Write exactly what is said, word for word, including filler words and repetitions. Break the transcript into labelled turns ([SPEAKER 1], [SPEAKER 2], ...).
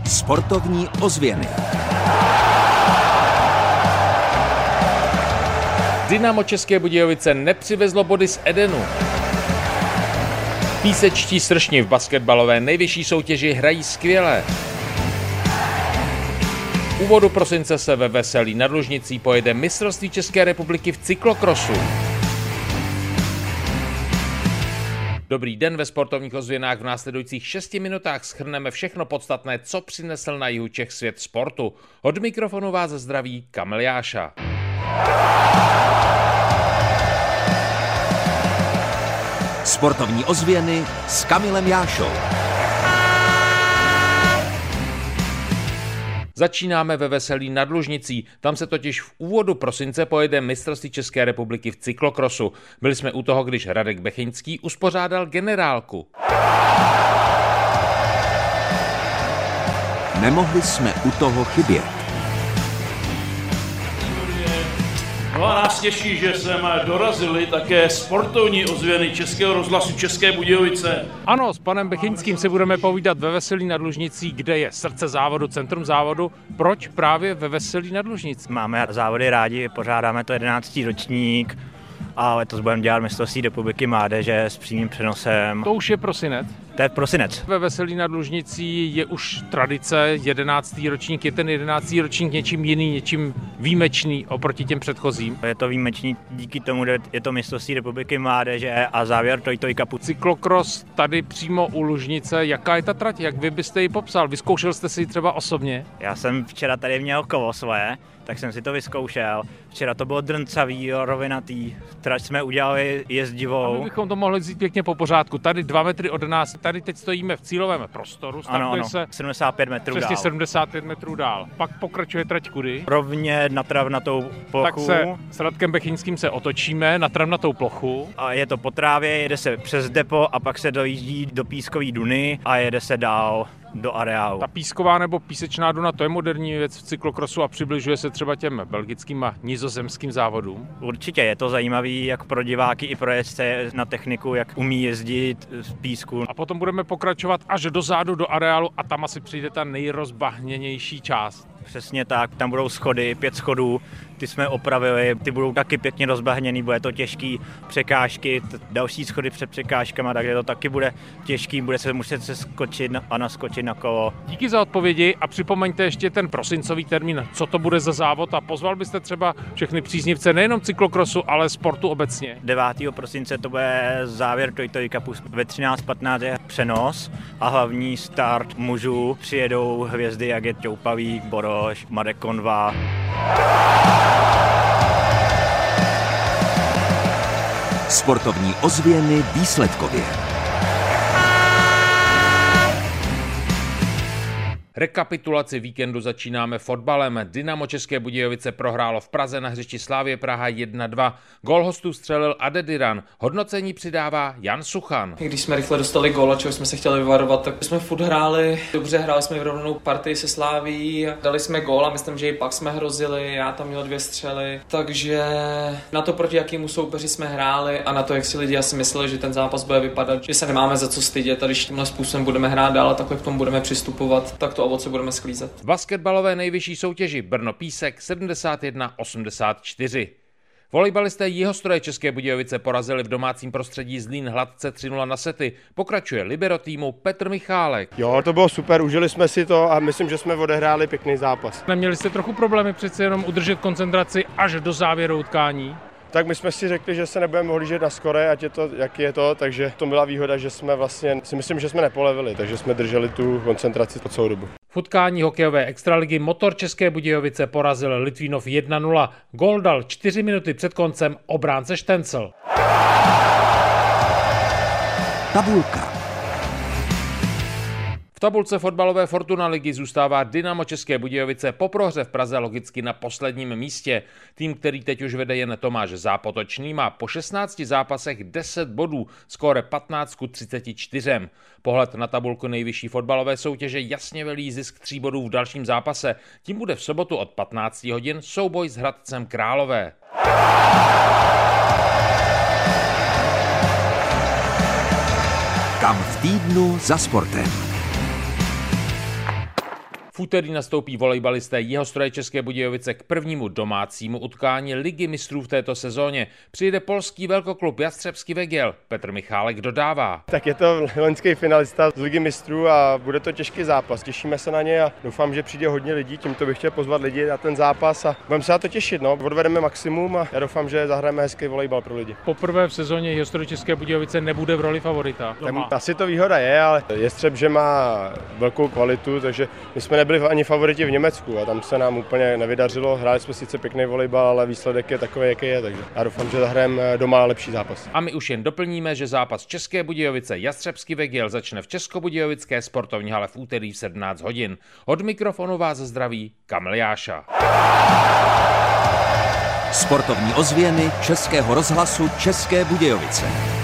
[SPEAKER 1] Sportovní ozvěny.
[SPEAKER 2] Dynamo České Budějovice nepřivezlo body z Edenu. Písečtí sršni v basketbalové nejvyšší soutěži hrají skvěle. V úvodu prosince se ve Veselí nad Lužnicí pojede mistrovství České republiky v cyklokrosu. Dobrý den, ve sportovních ozvěnách v následujících šesti minutách shrneme všechno podstatné, co přinesl na jihu Čech svět sportu. Od mikrofonu vás zdraví Kamil Jáša.
[SPEAKER 1] Sportovní ozvěny s Kamilem Jášou.
[SPEAKER 2] Začínáme ve Veselí nad Lužnicí. Tam se totiž v úvodu prosince pojede mistrovství České republiky v cyklokrosu. Byli jsme u toho, když Radek Bechyňský uspořádal generálku.
[SPEAKER 1] Nemohli jsme u toho chybět.
[SPEAKER 3] No a nás těší, že sem dorazili také sportovní ozvěny Českého rozhlasu České Budějovice.
[SPEAKER 2] Ano, s panem Bechyňským si budeme povídat ve Veselí nad Lužnicí, kde je srdce závodu, centrum závodu. Proč právě ve Veselí nad Lužnicí?
[SPEAKER 4] Máme závody rádi, pořádáme to jedenáctý ročník a letos budeme dělat mistrovství republiky mládeže s přímým přenosem.
[SPEAKER 2] To už je prosinec?
[SPEAKER 4] To je prosinec.
[SPEAKER 2] Ve Veselí nad Lužnicí je už tradice, jedenáctý ročník. Je ten jedenáctý ročník něčím jiný, něčím výjimečný oproti těm předchozím?
[SPEAKER 4] Je to výjimečný díky tomu, že je to mistrovství republiky mládeže a závěr Toy Toy Cupu.
[SPEAKER 2] Cyklokros tady přímo u Lužnice. Jaká je ta trať? Jak vy byste ji popsal? Vyzkoušel jste si ji třeba osobně?
[SPEAKER 4] Já jsem včera tady měl kolo svoje, tak jsem si to vyzkoušel. Včera to bylo drncavý, rovinatý, trať jsme udělali jezdivou.
[SPEAKER 2] A my bychom to mohli vzít pěkně po pořádku. Tady dva metry od nás, tady teď stojíme v cílovém prostoru,
[SPEAKER 4] ano, ano.
[SPEAKER 2] se
[SPEAKER 4] sedmdesát pět metrů
[SPEAKER 2] přesně
[SPEAKER 4] dál.
[SPEAKER 2] sedmdesát pět metrů dál. Pak pokračuje trať kudy.
[SPEAKER 4] Rovně na travnatou plochu.
[SPEAKER 2] Tak se s Radkem Bechyňským se otočíme na travnatou plochu.
[SPEAKER 4] A je to po trávě, jede se přes depo a pak se dojíždí do Pískové duny a jede se dál do areálu.
[SPEAKER 2] Ta písková nebo písečná duna, to je moderní věc v cyklokrosu a přibližuje se třeba těm belgickým a nizozemským závodům.
[SPEAKER 4] Určitě je to zajímavý jak pro diváky i pro jezdce na techniku, jak umí jezdit z písku.
[SPEAKER 2] A potom budeme pokračovat až dozadu do areálu a tam asi přijde ta nejrozbahněnější část.
[SPEAKER 4] Přesně tak, tam budou schody, pět schodů, ty jsme opravili, ty budou taky pěkně rozbahněný, bude to těžký, překážky, t- další schody před překážkama, takže to taky bude těžký, bude se muset se skočit a naskočit na kolo.
[SPEAKER 2] Díky za odpovědi a připomeňte ještě ten prosincový termín, co to bude za závod a pozval byste třeba všechny příznivce nejenom cyklokrosu, ale sportu obecně.
[SPEAKER 4] devátého prosince to bude závěr Toy Toy Cupu, ve třináct patnáct je přenos a hlavní start mužů přijedou hvězdy, jak je Ťoupavík, Boroš, Marek Konva.
[SPEAKER 1] Sportovní ozvěny výsledkově.
[SPEAKER 2] Rekapitulaci víkendu začínáme fotbalem. Dynamo České Budějovice prohrálo v Praze na hřišti Slavie Praha jedna dva. Gól hostů střelil Adediran. Hodnocení přidává Jan Suchan.
[SPEAKER 5] Když jsme rychle dostali gól, čeho jsme se chtěli vyvarovat, tak jsme furt hráli. Dobře, hráli jsme vyrovnanou partii se Slavií. Dali jsme gól a myslím, že i pak jsme hrozili. Já tam měl dvě střely. Takže na to, proti jakému soupeři jsme hráli a na to, jak si lidi asi mysleli, že ten zápas bude vypadat, že se nemáme za co stydět a když tímhle způsobem budeme hrát dál a takhle k tomu budeme přistupovat, tak to ovoce budeme sklízet.
[SPEAKER 2] V basketbalové nejvyšší soutěži Brno Písek sedmdesát jedna osmdesát čtyři. Volejbalisté Jihostroje České Budějovice porazili v domácím prostředí Zlín hladce tři nula na sety. Pokračuje libero týmu Petr Michálek.
[SPEAKER 6] Jo, to bylo super, užili jsme si to a myslím, že jsme odehráli pěkný zápas.
[SPEAKER 2] Neměli jste trochu problémy přece jenom udržet koncentraci až do závěru utkání?
[SPEAKER 6] Tak my jsme si řekli, že se nebudeme ohlížet na skore, ať je to, jak je to, takže to byla výhoda, že jsme vlastně, si myslím, že jsme nepolevili, takže jsme drželi tu koncentraci po celou dobu.
[SPEAKER 2] V utkání hokejové extraligy Motor České Budějovice porazil Litvínov jedna nula. Gól dal čtyři minuty před koncem obránce Štencel.
[SPEAKER 1] Tabulka.
[SPEAKER 2] V tabulce fotbalové Fortuna ligy zůstává Dynamo České Budějovice po prohře v Praze logicky na posledním místě. Tým, který teď už vede jen Tomáš Zápotočný, má po šestnácti zápasech deset bodů, skóre patnáct ku třiceti čtyřem. Pohled na tabulku nejvyšší fotbalové soutěže jasně velí zisk tří bodů v dalším zápase. Tím bude v sobotu od patnácti hodin souboj s Hradcem Králové.
[SPEAKER 1] Kam v týdnu za sportem.
[SPEAKER 2] V úterý nastoupí volejbalisté Jihostroje České Budějovice k prvnímu domácímu utkání Ligy mistrů v této sezóně. Přijde polský velkoklub Jastřebský Węgiel. Petr Michálek dodává.
[SPEAKER 6] Tak je to loňský finalista z Ligy mistrů a bude to těžký zápas. Těšíme se na ně a doufám, že přijde hodně lidí. Tímto bych chtěl pozvat lidi na ten zápas a budeme se na to těšit. No. Odvedeme maximum a já doufám, že zahrajeme hezký volejbal pro lidi.
[SPEAKER 7] Poprvé v sezóně Jihostroje České Budějovice nebude v roli favorita.
[SPEAKER 6] Tam asi to výhoda je, ale Jestřeb, že má velkou kvalitu, takže my jsme nebyli ani favoriti v Německu a tam se nám úplně nevydařilo. Hráli jsme sice pěkný volejbal, ale výsledek je takový, jaký je, takže já doufám, že zahrajeme doma lepší zápas.
[SPEAKER 2] A my už jen doplníme, že zápas České Budějovice Jastřebský Węgiel začne v Českobudějovické sportovní hale v úterý v sedmnáct hodin. Od mikrofonu vás zdraví Kamil Jáša.
[SPEAKER 1] Sportovní ozvěny Českého rozhlasu České Budějovice.